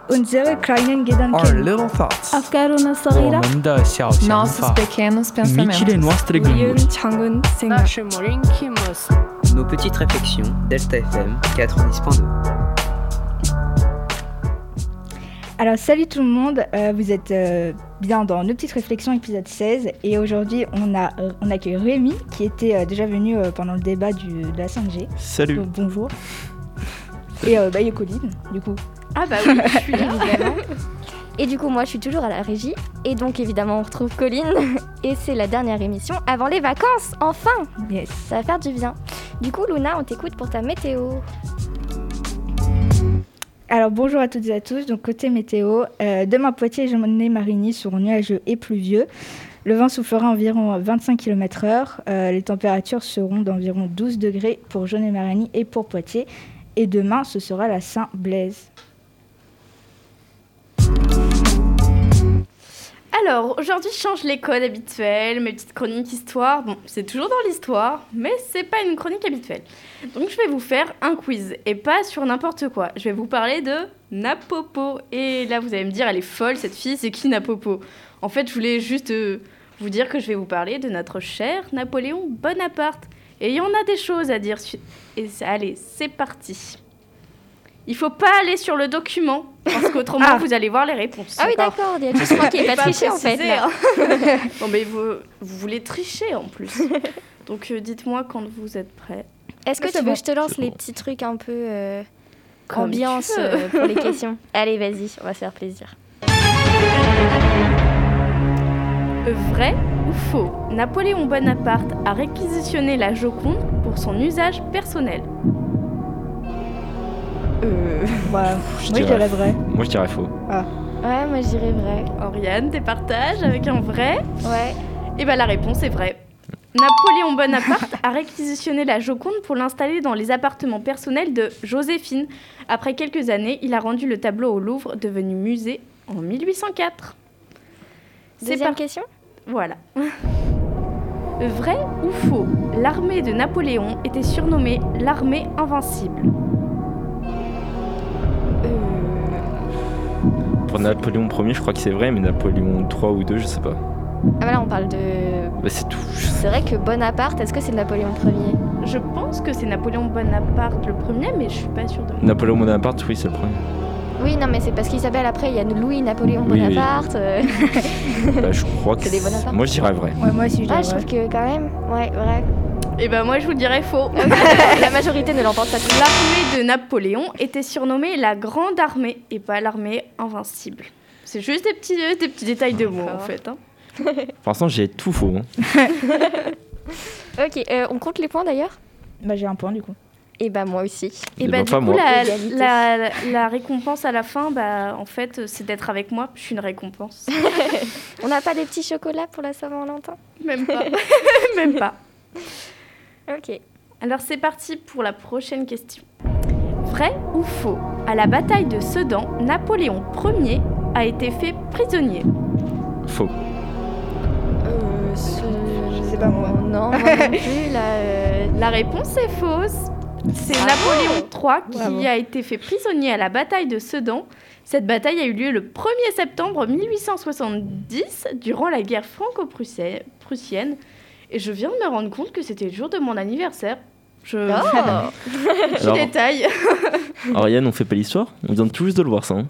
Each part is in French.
unsere kleinen Our Gedanken. little thoughts. أفكارنا الصغيرة. 我们的小想 Nossos 法 pequenos Mentire pensamentos. nostre gânduri. 작은 생각. наши маленькие мысли. Nos petites réflexions, Delta FM 90.2. Alors salut tout le monde, vous êtes bien dans Nos Petites Réflexions épisode 16 et aujourd'hui on accueille Rémi qui était déjà venu pendant le débat de la 5G. Salut. Donc, bonjour. Et il y a Colline du coup. Ah bah oui, je suis là. Évidemment. Et du coup, moi, je suis toujours à la régie. Et donc, évidemment, on retrouve Colline. Et c'est la dernière émission avant les vacances. Enfin. Yes. Ça va faire du bien. Du coup, Luna, on t'écoute pour ta météo. Alors bonjour à toutes et à tous, donc côté météo, demain Poitiers et Jaunet-Marigny seront nuageux et pluvieux. Le vent soufflera environ 25 km/h, les températures seront d'environ 12 degrés pour Jaunet-Marigny et pour Poitiers. Et demain, ce sera la Saint-Blaise. Alors, aujourd'hui, je change les codes habituels, mes petites chroniques histoire. Bon, c'est toujours dans l'histoire, mais c'est pas une chronique habituelle. Donc, je vais vous faire un quiz, et pas sur n'importe quoi. Je vais vous parler de Napopo. Et là, vous allez me dire, elle est folle, cette fille, c'est qui Napopo ? En fait, je voulais juste vous dire que je vais vous parler de notre cher Napoléon Bonaparte. Et il y en a des choses à dire. Et allez, c'est parti. Il faut pas aller sur le document, parce qu'autrement, vous allez voir les réponses. Ah oui, d'accord. Il y a juste moi qui n'ai pas triché, en fait. Là. Non, mais vous voulez tricher, en plus. Donc, dites-moi quand vous êtes prêts. Est-ce que tu veux que je te lance les petits trucs un peu Comme ambiance tu veux. pour les questions ? Allez, vas-y, on va se faire plaisir. Vrai ou faux ? Napoléon Bonaparte a réquisitionné la Joconde pour son usage personnel. Moi je dirais vrai. Moi je dirais faux. Ouais, moi je dirais vrai. Oriane, départage avec un vrai ? Ouais. Et bien, la réponse est vraie. Napoléon Bonaparte a réquisitionné la Joconde pour l'installer dans les appartements personnels de Joséphine. Après quelques années, il a rendu le tableau au Louvre, devenu musée en 1804. Deuxième question ? Voilà. Vrai ou faux ? L'armée de Napoléon était surnommée l'armée invincible. Pour Napoléon Ier, je crois que c'est vrai, mais Napoléon III ou II, je sais pas. Ah bah là, on parle de... Bah c'est tout. C'est vrai que Bonaparte, est-ce que c'est Napoléon Ier ? Je pense que c'est Napoléon Bonaparte le premier, mais je suis pas sûre de moi. Napoléon Bonaparte, oui, c'est le premier. Oui, non, mais c'est parce qu'Isabelle, après, il y a Louis-Napoléon Oui, oui. Bonaparte. Bah je crois que C'est des Bonaparte. Moi je dirais vrai. Ouais, moi aussi je dirais Ah, je vrai. trouve que quand même, ouais, vrai. Et ben moi je vous dirais faux. La majorité ne l'entend pas. L'armée de Napoléon était surnommée la Grande Armée et pas l'armée invincible. C'est juste des petits détails de mots en fait. Hein. Pour l'instant j'ai tout faux. Hein. Ok, on compte les points d'ailleurs ? Bah j'ai un point du coup. Et bah moi aussi. Et Eh bah ben, du pas coup moi. Égalité. la récompense à la fin, bah en fait c'est d'être avec moi. Je suis une récompense. On n'a pas des petits chocolats pour la Saint-Valentin ? Même pas. Même pas. Ok. Alors c'est parti pour la prochaine question. Vrai ou faux ? À la bataille de Sedan, Napoléon Ier a été fait prisonnier. Faux. Je sais pas moi. Non, moi non plus, là... La réponse est fausse. C'est Napoléon III qui a été fait prisonnier à la bataille de Sedan. Cette bataille a eu lieu le 1er septembre 1870 durant la guerre franco-prussienne. Et je viens de me rendre compte que c'était le jour de mon anniversaire. Petit Alors- détail. Ariane, on fait pas l'histoire ? On vient tout juste de le voir ça. Hein.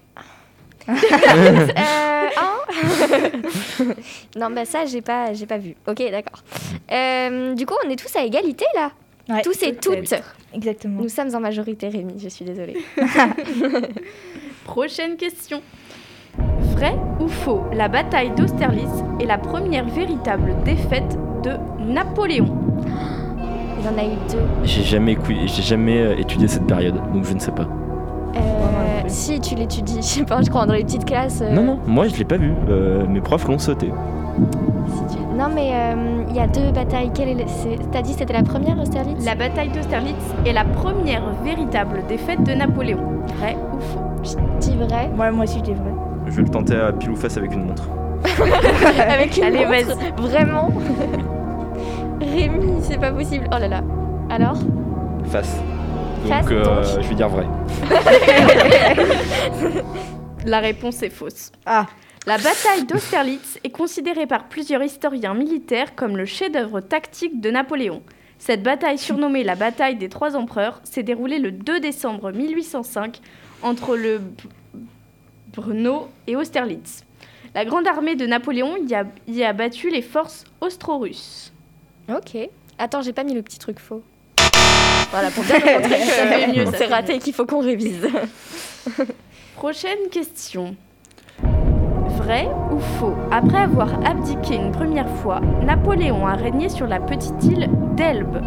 Non, bah ça, j'ai pas vu. Ok, d'accord. Du coup, on est tous à égalité, là ? Ouais, Tous et toutes. Exactement. Nous sommes en majorité, Rémi, je suis désolée. Prochaine question. Vrai ou faux ? La bataille d'Austerlitz est la première véritable défaite de Napoléon. Il y en a eu deux. J'ai jamais étudié cette période, donc je ne sais pas. Si, tu l'étudies, je sais pas, je crois, dans les petites classes. Non, moi je l'ai pas vu. Mes profs l'ont sauté. Non, mais il y a deux batailles. T'as dit que c'était la première, Austerlitz ? La bataille d'Austerlitz est la première véritable défaite de Napoléon. Vrai ou faux ? Je dis vrai. Moi aussi je dis vrai. Je vais le tenter à pile ou face avec une montre. Avec une Allez, montre. vas-y. Vraiment Rémi, c'est pas possible. Oh là là. Alors ? Face. Face, Donc, donc. je vais dire vrai. La réponse est fausse. Ah, La bataille d'Austerlitz est considérée par plusieurs historiens militaires comme le chef-d'œuvre tactique de Napoléon. Cette bataille, surnommée la bataille des Trois Empereurs, s'est déroulée le 2 décembre 1805 entre le Brno et Austerlitz. La grande armée de Napoléon y a battu les forces austro-russes. Ok. Attends, j'ai pas mis le petit truc faux. Voilà, pour bien nous montrer que Ça fait mieux, ça c'est fait raté et qu'il faut qu'on révise. Prochaine question. Vrai ou faux? Après avoir abdiqué une première fois, Napoléon a régné sur la petite île d'Elbe.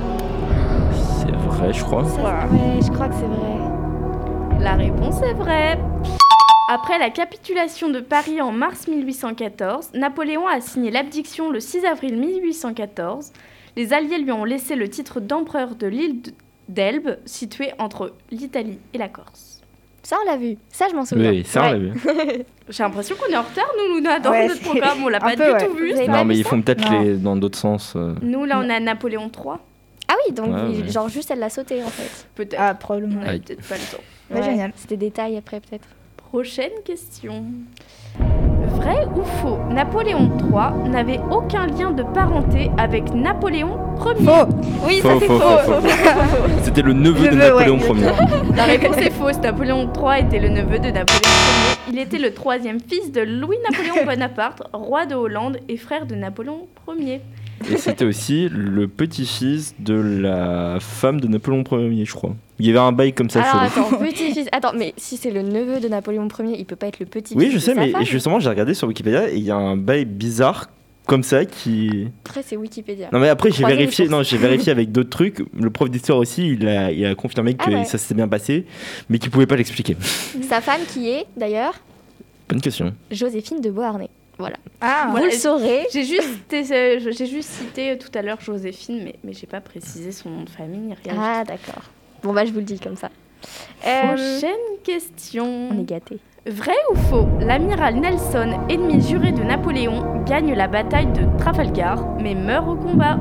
C'est vrai, je crois. Ouais, je crois que c'est vrai. La réponse est vraie. Après la capitulation de Paris en mars 1814, Napoléon a signé l'abdiction le 6 avril 1814. Les Alliés lui ont laissé le titre d'empereur de l'île d'Elbe, située entre l'Italie et la Corse. Ça, on l'a vu. Ça, je m'en souviens. Oui, ça on l'a Ouais. vu. J'ai l'impression qu'on est en retard, nous, Luna, dans Ouais, notre c'est programme. On l'a un pas peu, du ouais. tout vu. Vous avez ça. pas Non, mais vu ils ça font peut-être Non. dans d'autres sens. Nous, là, on a Napoléon III. Ah oui, donc Ouais, oui, ouais. genre juste elle l'a sauté en fait. Peut-être. ah probablement. On a Aïe. peut-être pas le temps. Ouais, génial. C'était détail après peut-être. Prochaine question. Vrai ou faux? Napoléon III n'avait aucun lien de parenté avec Napoléon Ier. Faux. Oui, Faux, faux. C'était le neveu de Neveu, ouais, Napoléon Ier. La réponse est fausse. Napoléon III était le neveu de Napoléon Ier. Il était le troisième fils de Louis-Napoléon Bonaparte, roi de Hollande et frère de Napoléon Ier. Et c'était aussi le petit-fils de la femme de Napoléon Ier, je crois. Il y avait un bail comme ça Alors chelou. attends, petit-fils. Attends, mais si c'est le neveu de Napoléon Ier, il peut pas être le petit-fils. Oui, je sais, de sa mais femme. justement, j'ai regardé sur Wikipédia et il y a un bail bizarre comme ça qui. Après, c'est Wikipédia. Non, mais après, j'ai Croisez les vérifié. sources. Non, j'ai vérifié avec d'autres trucs. Le prof d'histoire aussi, il a confirmé que Ah ouais. ça s'était bien passé, mais qu'il pouvait pas l'expliquer. Sa femme qui est, d'ailleurs, Bonne question. Joséphine de Beauharnais. Voilà. Ah, Vous Voilà. le saurez. J'ai juste cité tout à l'heure Joséphine, mais j'ai pas précisé son nom de famille ni rien. Ah, d'accord. Bon, bah, je vous le dis comme ça. Prochaine question. On est gâtés. Vrai ou faux? L'amiral Nelson, ennemi juré de Napoléon, gagne la bataille de Trafalgar, mais meurt au combat.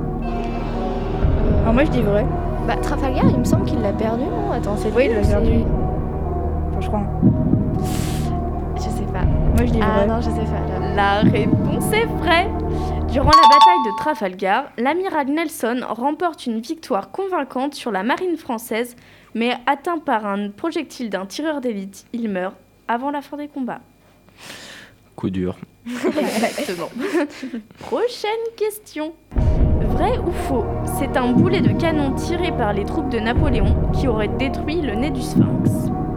Alors, moi je dis vrai. Bah, Trafalgar, il me semble qu'il l'a perdu, non? Attends, c'est Oui, lui il ou l'a perdu. c'est- Enfin, je crois. Je sais pas. Moi je dis Ah vrai. non, je sais pas. Là. La réponse est vraie. Durant la bataille de Trafalgar, l'amiral Nelson remporte une victoire convaincante sur la marine française, mais atteint par un projectile d'un tireur d'élite, il meurt avant la fin des combats. Coup dur. Exactement. Prochaine question. Vrai ou faux? C'est un boulet de canon tiré par les troupes de Napoléon qui aurait détruit le nez du Sphinx.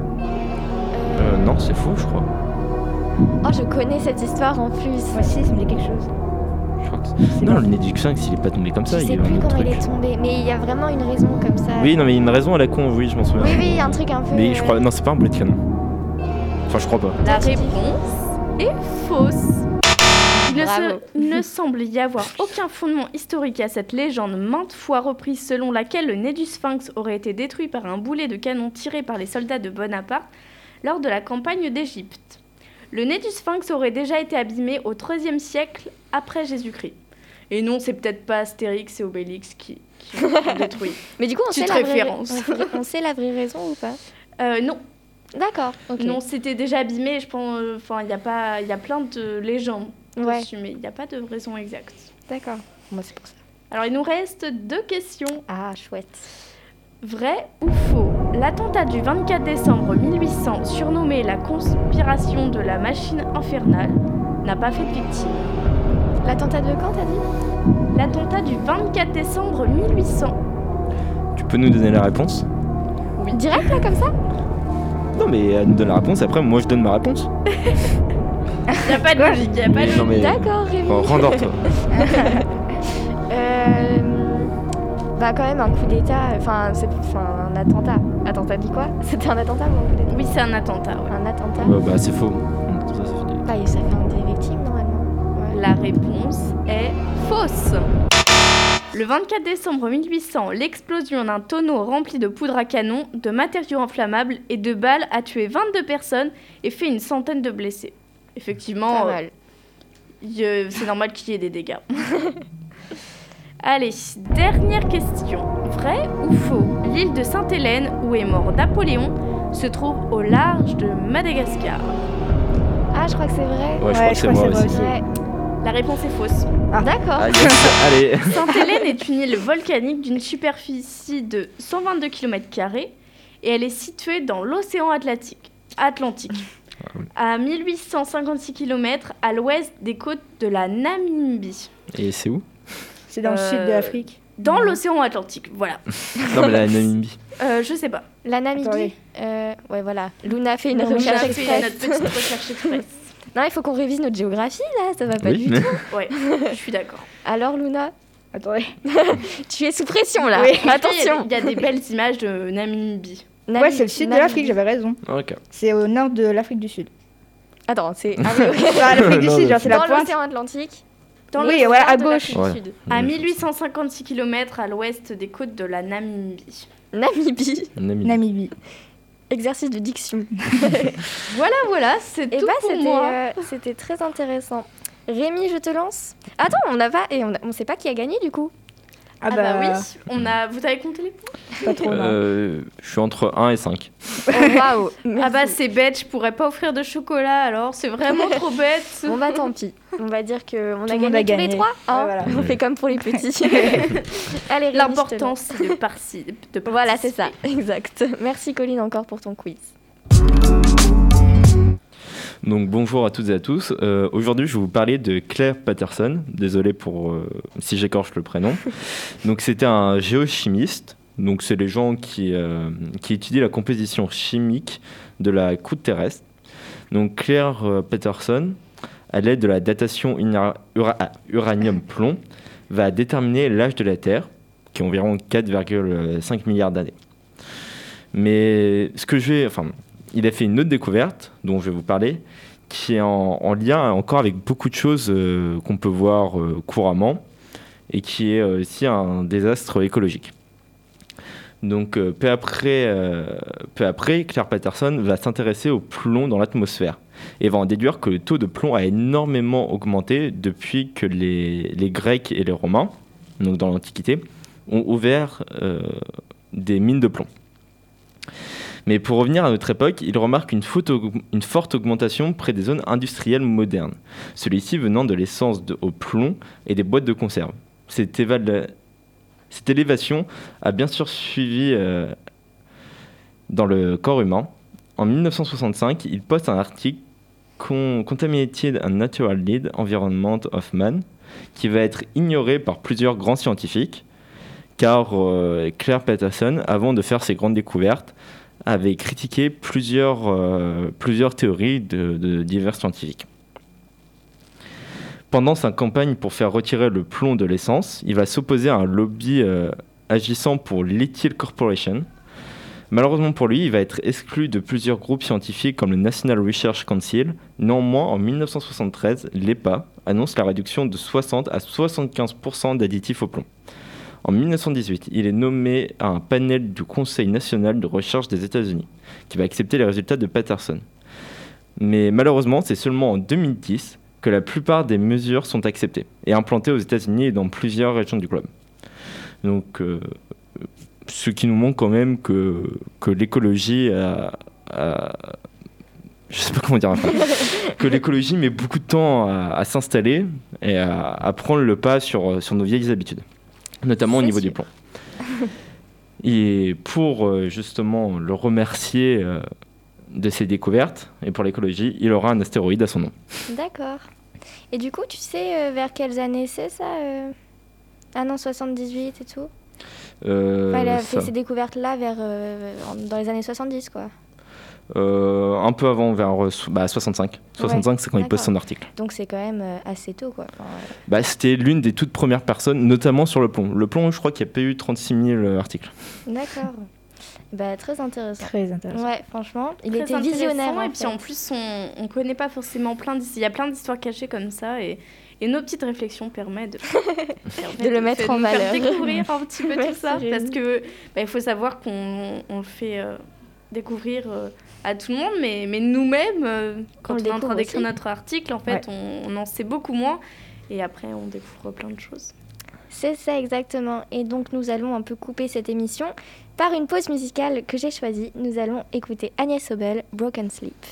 Non, c'est faux, je crois. Oh, je connais cette histoire en plus. Moi aussi, ça me dit quelque chose. Je crois que non, le nez du Sphinx, il est pas tombé comme ça. Je il y sais a eu plus un autre comment il truc. est tombé, mais il y a vraiment une raison comme ça. Oui, non, mais il y a une raison à la con, oui, je m'en souviens. Oui, oui, un truc un peu. Mais je crois. Non, c'est pas un boulet de canon. Enfin, je crois pas. La Toi, tu dis- réponse est fausse. Bravo. Il ne semble y avoir aucun fondement historique à cette légende maintes fois reprise selon laquelle le nez du Sphinx aurait été détruit par un boulet de canon tiré par les soldats de Bonaparte lors de la campagne d'Égypte. Le nez du Sphinx aurait déjà été abîmé au XIIIe siècle après Jésus-Christ. Et non, c'est peut-être pas Astérix et Obélix qui l'ont détruit. Mais du coup, on sait, Petite la vraie... référence. on sait la vraie raison ou pas? Non, D'accord, ok. non, c'était déjà abîmé. Je pense. Enfin, il y a plein de légendes Ouais, dessus, mais il n'y a pas de raison exacte. d'accord. Moi, c'est pour ça. Alors, il nous reste 2 questions. Ah, chouette. Vrai ou faux? L'attentat du 24 décembre 1800, surnommé la conspiration de la machine infernale, n'a pas fait de victime. L'attentat de quand, t'as dit? L'attentat du 24 décembre 1800. Tu peux nous donner la réponse? Direct, là, comme ça? Non, mais elle nous donne la réponse, après, moi, je donne ma réponse. Il n'y a pas de logique, il n'y a pas de Non, mais. D'accord, Rémi. Bon, rendors-toi. Bah, quand même, un coup d'état. Enfin, un attentat. Attends, t'as dit quoi? C'était un attentat ou un coup d'état? Oui, c'est un attentat, ouais. Un attentat. Bah, c'est faux. Ça fait du- Bah, ça fait des victimes, normalement. Ouais. La réponse est fausse. Le 24 décembre 1800, l'explosion d'un tonneau rempli de poudre à canon, de matériaux inflammables et de balles a tué 22 personnes et fait une centaine de blessés. Effectivement, Pas mal. c'est normal qu'il y ait des dégâts. Allez, dernière question. Vrai ou faux? L'île de Sainte-Hélène, où est mort Napoléon, se trouve au large de Madagascar. Ah, je crois que c'est vrai. Ouais, je crois que c'est moi aussi. Ouais. La réponse est fausse. D'accord. Ah, yes. Allez. Sainte-Hélène est une île volcanique d'une superficie de 122 km² et elle est située dans l'océan Atlantique. Ah oui. À 1856 km à l'ouest des côtes de la Namibie. Et c'est où? C'est dans le sud de l'Afrique. Dans l'océan Atlantique, voilà. Non, mais la Namibie. Je sais pas. La Namibie. Attendez. Ouais, voilà. Luna fait une Non, On recherche a fait express. notre petite recherche express. Non, il faut qu'on révise notre géographie, là. Ça va pas Oui. du tout. Ouais, je suis d'accord. Alors, Luna, Attendez. tu es sous pression, là. Oui. Attention. Il y a des belles images de Namibie. Ouais, c'est le sud de l'Afrique, j'avais raison. Ok. C'est au nord de l'Afrique du Sud. Attends, c'est... Ah oui, oui. Enfin, l'Afrique du Non, Sud, mais- genre c'est la Dans pointe. l'océan Atlantique. Dans Oui, l'océan ouais, à de gauche. l'Afrique du Ouais. Sud. À 1856 km à l'ouest des côtes de la Namibie. Namibie. Namibie. Namibie. Exercice de diction. Voilà, c'est Et tout bah, pour moi. c'était très intéressant. Rémi, je te lance. Attends, on sait pas qui a gagné, du coup. Ah oui, vous avez compté les points? pas trop, non. Je suis entre 1 et 5. Oh, waouh. Ah bah c'est bête, je pourrais pas offrir de chocolat alors, c'est vraiment trop bête. Bon bah tant pis. On va dire qu'on Tout a le monde gagné a tous les gagné. trois. Hein. Ouais, voilà. On fait comme pour les petits. Allez, Rémi, L'important je te c'est de participer. lance. Voilà, c'est ça. Exact. Merci Colline encore pour ton quiz. Donc bonjour à toutes et à tous. Aujourd'hui, je vais vous parler de Claire Patterson. Désolé pour si j'écorche le prénom. Donc c'était un géochimiste. Donc c'est les gens qui étudient la composition chimique de la croûte terrestre. Donc Claire Patterson, à l'aide de la datation uranium-plomb, va déterminer l'âge de la Terre, qui est environ 4,5 milliards d'années. Mais il a fait une autre découverte dont je vais vous parler, qui est en lien encore avec beaucoup de choses qu'on peut voir couramment et qui est aussi un désastre écologique. Donc peu après, Claire Patterson va s'intéresser au plomb dans l'atmosphère et va en déduire que le taux de plomb a énormément augmenté depuis que les Grecs et les Romains, donc dans l'Antiquité, ont ouvert des mines de plomb. Mais pour revenir à notre époque, il remarque une forte augmentation près des zones industrielles modernes, celui-ci venant de l'essence au plomb et des boîtes de conserve. Cette élévation a bien sûr suivi dans le corps humain. En 1965, il poste un article Contaminated and Natural Lead Environment of Man, qui va être ignoré par plusieurs grands scientifiques, car Claire Patterson, avant de faire ses grandes découvertes, avait critiqué plusieurs théories de divers scientifiques. Pendant sa campagne pour faire retirer le plomb de l'essence, il va s'opposer à un lobby agissant pour l'Ethyl Corporation. Malheureusement pour lui, il va être exclu de plusieurs groupes scientifiques comme le National Research Council. Néanmoins, en 1973, l'EPA annonce la réduction de 60 à 75% d'additifs au plomb. En 1918, il est nommé à un panel du Conseil national de recherche des États-Unis, qui va accepter les résultats de Patterson. Mais malheureusement, c'est seulement en 2010 que la plupart des mesures sont acceptées et implantées aux États-Unis et dans plusieurs régions du globe. Donc, ce qui nous montre quand même que l'écologie je sais pas comment dire, que l'écologie met beaucoup de temps à s'installer et à prendre le pas sur nos vieilles habitudes, notamment au niveau du plomb. Et pour justement le remercier de ses découvertes et pour l'écologie, il aura un astéroïde à son nom. D'accord. Et du coup, tu sais vers quelles années c'est ça Ah non, 78 et tout. Enfin, il a fait ces découvertes-là dans les années 70, quoi. Un peu avant, vers 65. 65, c'est quand il poste son article. Donc c'est quand même assez tôt, quoi. C'était l'une des toutes premières personnes, notamment sur le plomb. Le plomb, je crois qu'il n'y a pas eu 36 000 articles. D'accord. Très intéressant. Très intéressant. Ouais, franchement, il Très était visionnaire. Et puis en plus, on connaît pas forcément il y a plein d'histoires cachées comme ça et nos petites réflexions permettent de le mettre en valeur. Faire découvrir un petit peu tout ça. Rémi. Parce que il faut savoir qu'on le fait découvrir à tout le monde, mais nous-mêmes, quand on est en train d'écrire notre article, en fait, on en sait beaucoup moins et après on découvre plein de choses. C'est ça exactement. Et donc nous allons un peu couper cette émission par une pause musicale que j'ai choisie. Nous allons écouter Agnès Obel, Broken Sleep.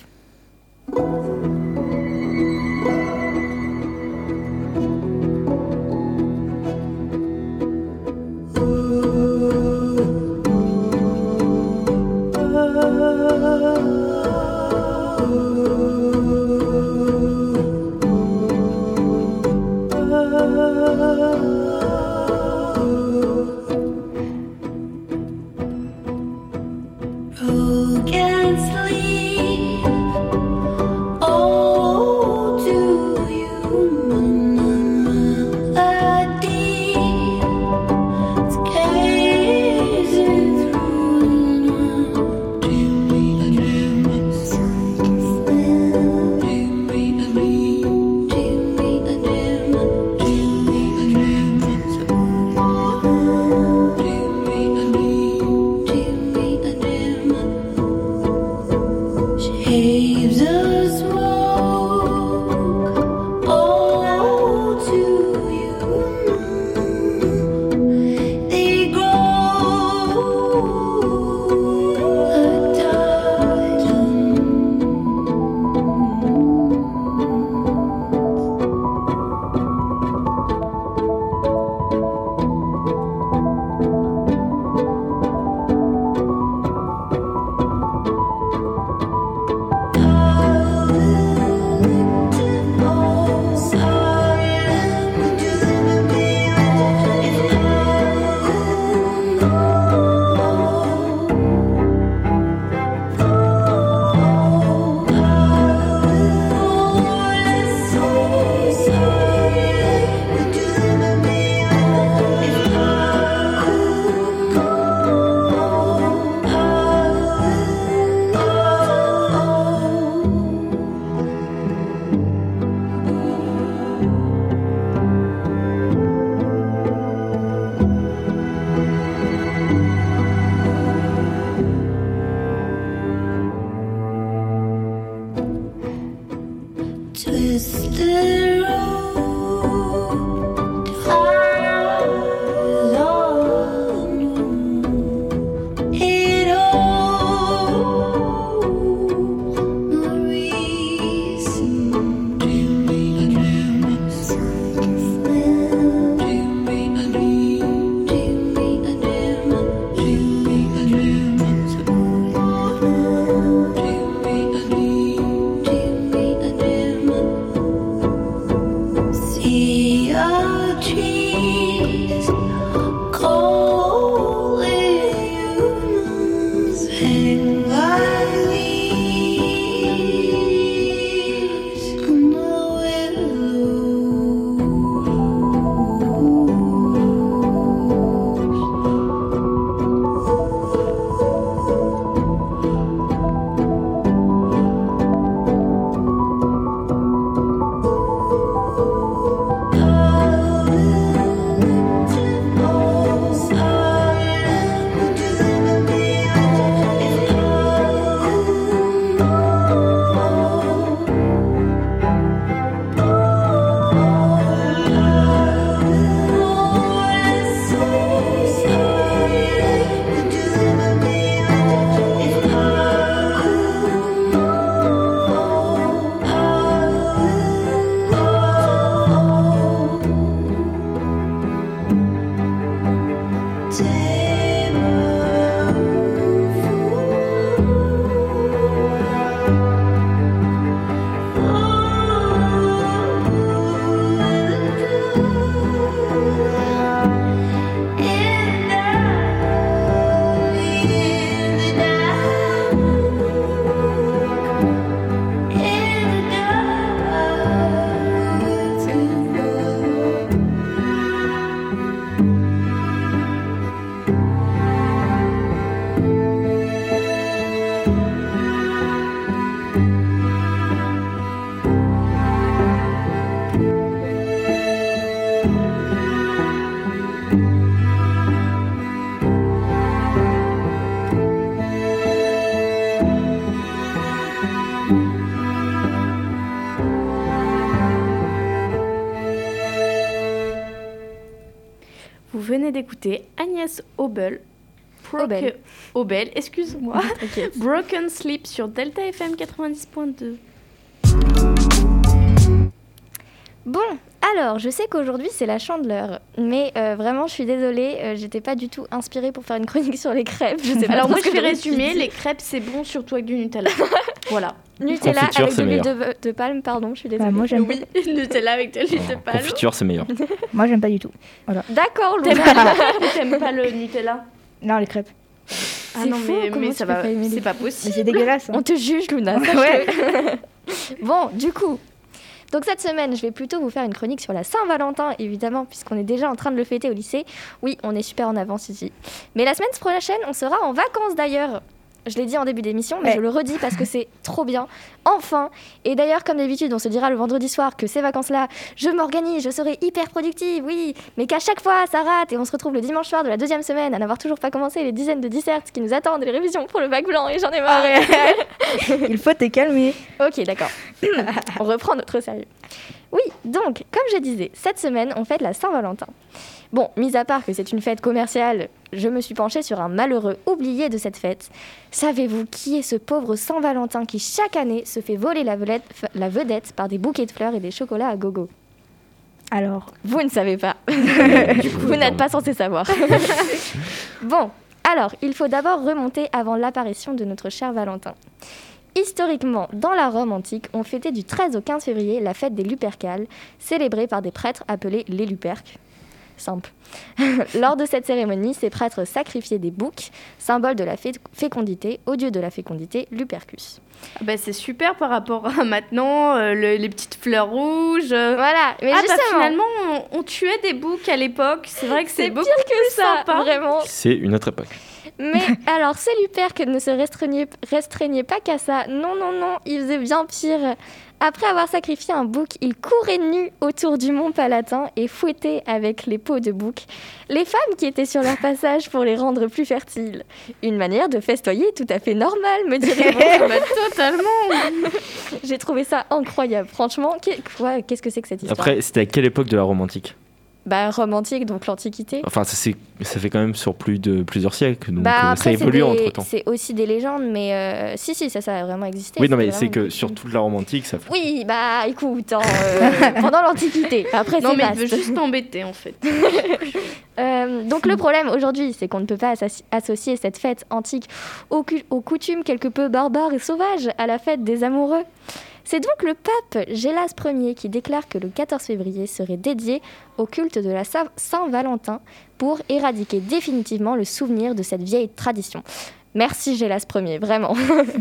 venez d'écouter Agnès Obel, excuse-moi, Broken Sleep sur Delta FM 90.2. Bon, alors, je sais qu'aujourd'hui, c'est la Chandeleur, mais vraiment, je suis désolée, j'étais pas du tout inspirée pour faire une chronique sur les crêpes. Je sais pas. Alors moi, je vais résumer, les crêpes, c'est bon, surtout avec du Nutella. Voilà. Nutella Confiture, avec de c'est l'huile de palme, pardon, je suis désolée. Moi, j'aime Oui, Nutella avec de l'huile de palme. Confiture, c'est meilleur. Moi, j'aime pas du tout. Voilà. D'accord, Lou. T'aimes pas le Nutella? Non, les crêpes. Ah non, fou, mais comment ça tu peux va, pas aimer c'est les pas Mais possible. c'est dégueulasse. On te juge, Luna. Ouais. Bon, du coup, donc cette semaine, je vais plutôt vous faire une chronique sur la Saint-Valentin, évidemment, puisqu'on est déjà en train de le fêter au lycée. Oui, on est super en avance ici. Mais la semaine prochaine, on sera en vacances d'ailleurs. Je l'ai dit en début d'émission, mais je le redis parce que c'est trop bien. Enfin. Et d'ailleurs, comme d'habitude, on se dira le vendredi soir que ces vacances-là, je m'organise, je serai hyper productive, oui. Mais qu'à chaque fois, ça rate et on se retrouve le dimanche soir de la 2e semaine à n'avoir toujours pas commencé les dizaines de dissertes qui nous attendent et les révisions pour le bac blanc et j'en ai marre. Il faut te calmer. Ok, d'accord. On reprend notre sérieux. Oui, donc, comme je disais, cette semaine, on fête la Saint-Valentin. Bon, mis à part que c'est une fête commerciale, je me suis penchée sur un malheureux oublié de cette fête. Savez-vous qui est ce pauvre Saint-Valentin qui, chaque année, se fait voler la vedette par des bouquets de fleurs et des chocolats à gogo? Alors, Vous ne savez pas. Vous n'êtes pas censé savoir. Bon, alors, il faut d'abord remonter avant l'apparition de notre cher Valentin. Historiquement, dans la Rome antique, on fêtait du 13 au 15 février la fête des Lupercales, célébrée par des prêtres appelés les Luperques. Simple. Lors de cette cérémonie, ces prêtres sacrifiaient des boucs, symbole de la fécondité, au dieu de la fécondité, Lupercus. Ah bah, c'est super par rapport à maintenant, les petites fleurs rouges. Voilà, mais justement, finalement, on tuait des boucs à l'époque. C'est vrai que c'est beaucoup pire que plus ça, sympa. vraiment. C'est une autre époque. Mais alors, ces Luperques ne se restreignaient pas qu'à ça. Non, ils faisaient bien pire. Après avoir sacrifié un bouc, ils couraient nus autour du mont Palatin et fouettaient avec les peaux de bouc les femmes qui étaient sur leur passage pour les rendre plus fertiles. Une manière de festoyer tout à fait normale, me direz-vous. Totalement. J'ai trouvé ça incroyable. Franchement, qu'est-ce que c'est que cette histoire? Après, c'était à quelle époque de la Rome antique? Bah, Rome antique, donc l'Antiquité. Enfin, ça fait quand même sur plusieurs siècles, donc Bah, ça après, évolue entre-temps. C'est aussi des légendes, mais si, ça a vraiment existé. Oui, non, mais C'était c'est vraiment que sur toute la Rome antique, ça fait... Oui, bah écoute, pendant l'Antiquité. Après, Non, c'est mais vaste. il veut juste t'embêter en fait. Donc le problème aujourd'hui, c'est qu'on ne peut pas associer cette fête antique aux coutumes quelque peu barbares et sauvages, à la fête des amoureux. C'est donc le pape Gélas Ier qui déclare que le 14 février serait dédié au culte de la Saint-Valentin pour éradiquer définitivement le souvenir de cette vieille tradition. Merci Gélas Ier, vraiment.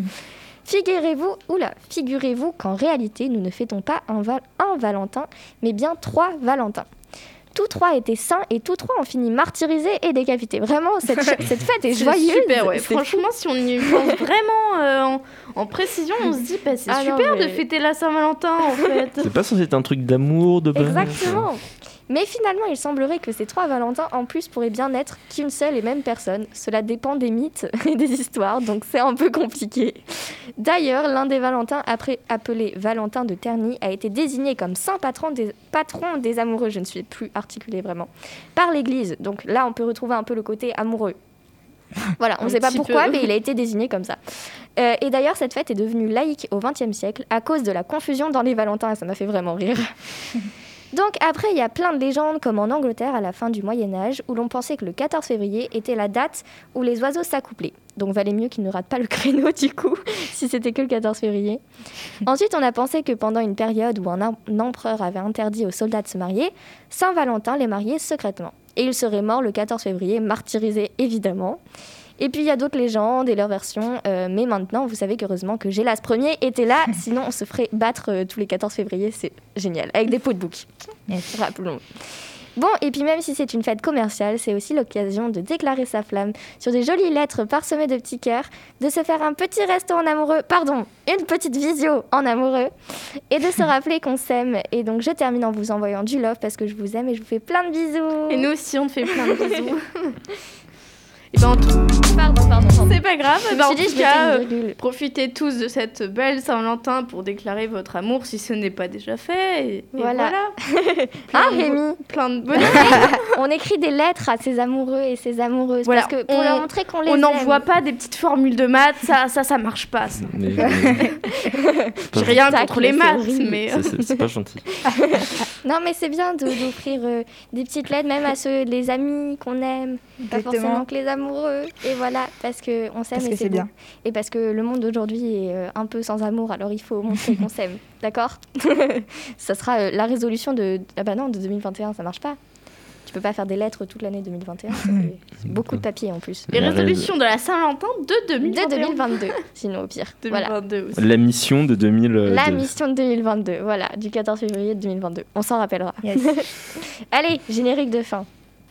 Figurez-vous qu'en réalité, nous ne fêtons pas un Valentin, mais bien 3 Valentins. Tous 3 étaient saints et tous 3 ont fini martyrisés et décapités. Vraiment, cette fête est joyeuse. Super, ouais. C'est Franchement, si on y pense vraiment en précision, on se dit, bah, c'est super de fêter la Saint-Valentin en fait. C'est pas censé être un truc d'amour, de bonheur. Exactement. Mais finalement, il semblerait que ces 3 Valentins, en plus, pourraient bien n'être qu'une seule et même personne. Cela dépend des mythes et des histoires, donc c'est un peu compliqué. D'ailleurs, l'un des Valentins, appelé Valentin de Terni, a été désigné comme saint patron des amoureux, je ne suis plus articulée vraiment, par l'Église. Donc là, on peut retrouver un peu le côté amoureux. Voilà, on ne sait pas pourquoi, mais il a été désigné comme ça. Et d'ailleurs, cette fête est devenue laïque au XXe siècle à cause de la confusion dans les Valentins, et ça m'a fait vraiment rire. Donc après, il y a plein de légendes, comme en Angleterre à la fin du Moyen-Âge, où l'on pensait que le 14 février était la date où les oiseaux s'accoupolaient. Donc valait mieux qu'ils ne ratent pas le créneau du coup, si c'était que le 14 février. Ensuite, on a pensé que pendant une période où un empereur avait interdit aux soldats de se marier, Saint-Valentin les mariait secrètement. Et il serait mort le 14 février, martyrisé évidemment. Et puis il y a d'autres légendes et leurs versions, mais maintenant vous savez qu'heureusement que Gélas Ier était là, sinon on se ferait battre tous les 14 février, c'est génial, avec des peaux de bouc. Rappelons. Bon, et puis même si c'est une fête commerciale, c'est aussi l'occasion de déclarer sa flamme sur des jolies lettres parsemées de petits cœurs, de se faire un petit resto en amoureux, une petite visio en amoureux, et de se rappeler qu'on s'aime. Et donc je termine en vous envoyant du love parce que je vous aime et je vous fais plein de bisous. Et nous aussi on te fait plein de bisous. Et ben, en tout... Pardon. c'est pas grave. Je me Ben, en suis dit, tout je mettais cas, une virgule. profitez tous de cette belle Saint-Valentin pour déclarer votre amour si ce n'est pas déjà fait. Et Voilà. Plein de- Rémi, Plein de bonheur. on écrit des lettres à ses amoureux et ses amoureuses Voilà, parce que pour leur montrer qu'on les On aime. n'envoie pas des petites formules de maths, ça marche pas. Ça. Mais, J'ai rien Tac, contre les c'est maths, horrible. mais c'est pas gentil. Non, mais c'est bien d'offrir des petites lettres, même à les amis qu'on aime, pas Exactement. forcément que les amoureux. Et voilà, parce qu'on s'aime Parce et que c'est c'est beau. bien. Et parce que le monde d'aujourd'hui est un peu sans amour, alors il faut montrer qu'on s'aime, d'accord? Ça sera la résolution de... Ah bah non, de 2021, ça marche pas. Tu peux pas faire des lettres toute l'année 2021, ça fait beaucoup de papier en plus. les résolutions de la Saint-Valentin de De 2021. 2022, sinon au pire. Voilà. 2022 aussi. La mission de 2000. La mission de 2022, voilà, du 14 février 2022. On s'en rappellera. Yes. Allez, générique de fin.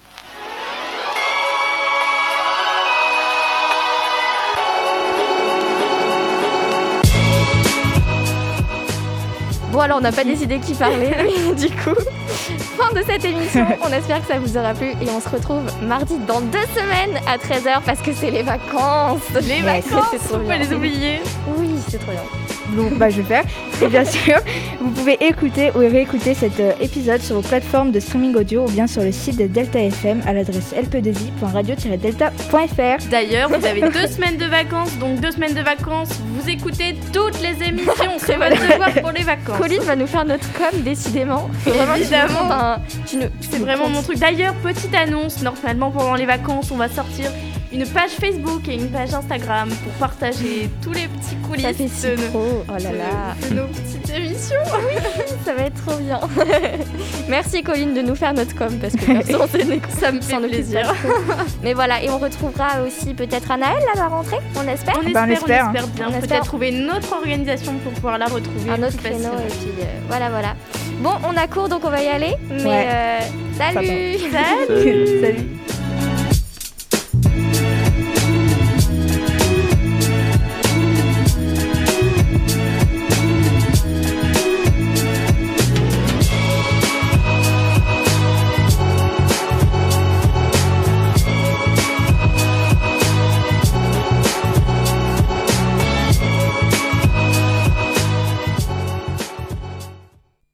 Bon, alors on n'a pas décidé qui parlait, mais du coup, fin de cette émission. On espère que ça vous aura plu et on se retrouve mardi dans 2 semaines à 13h parce que c'est les vacances. Les vacances, c'est trop faut pas bien. les oublier. Oui, c'est trop bien. Donc, je vais faire. Et bien sûr, vous pouvez écouter ou réécouter cet épisode sur vos plateformes de streaming audio ou bien sur le site de Delta FM à l'adresse lp2i.radio-delta.fr. D'ailleurs, vous avez 2 semaines de vacances, donc 2 semaines de vacances, vous écoutez toutes les émissions, c'est votre devoir pour les vacances. Colline va nous faire notre com, décidément. Faut vraiment que tu nous Évidemment. montres C'est vraiment mon truc. D'ailleurs, petite annonce, normalement pendant les vacances, on va sortir une page Facebook et une page Instagram pour partager tous les petits coulisses Ça fait si de, nos, trop. Oh là là, de nos petites émissions. ça va être trop bien. Merci Colline de nous faire notre com parce que comme ça, Ça me fait s'en occupe plaisir. pas trop. Mais voilà, et on retrouvera aussi peut-être Anaëlle à la rentrée, on espère. On Ben, on espère espère, bien. On espère. Peut-être trouver une autre organisation pour pouvoir la retrouver. Un autre plus créneau facilement. et puis voilà. Bon, on a cours donc on va y aller. Mais Ouais. salut. Salut. Salut.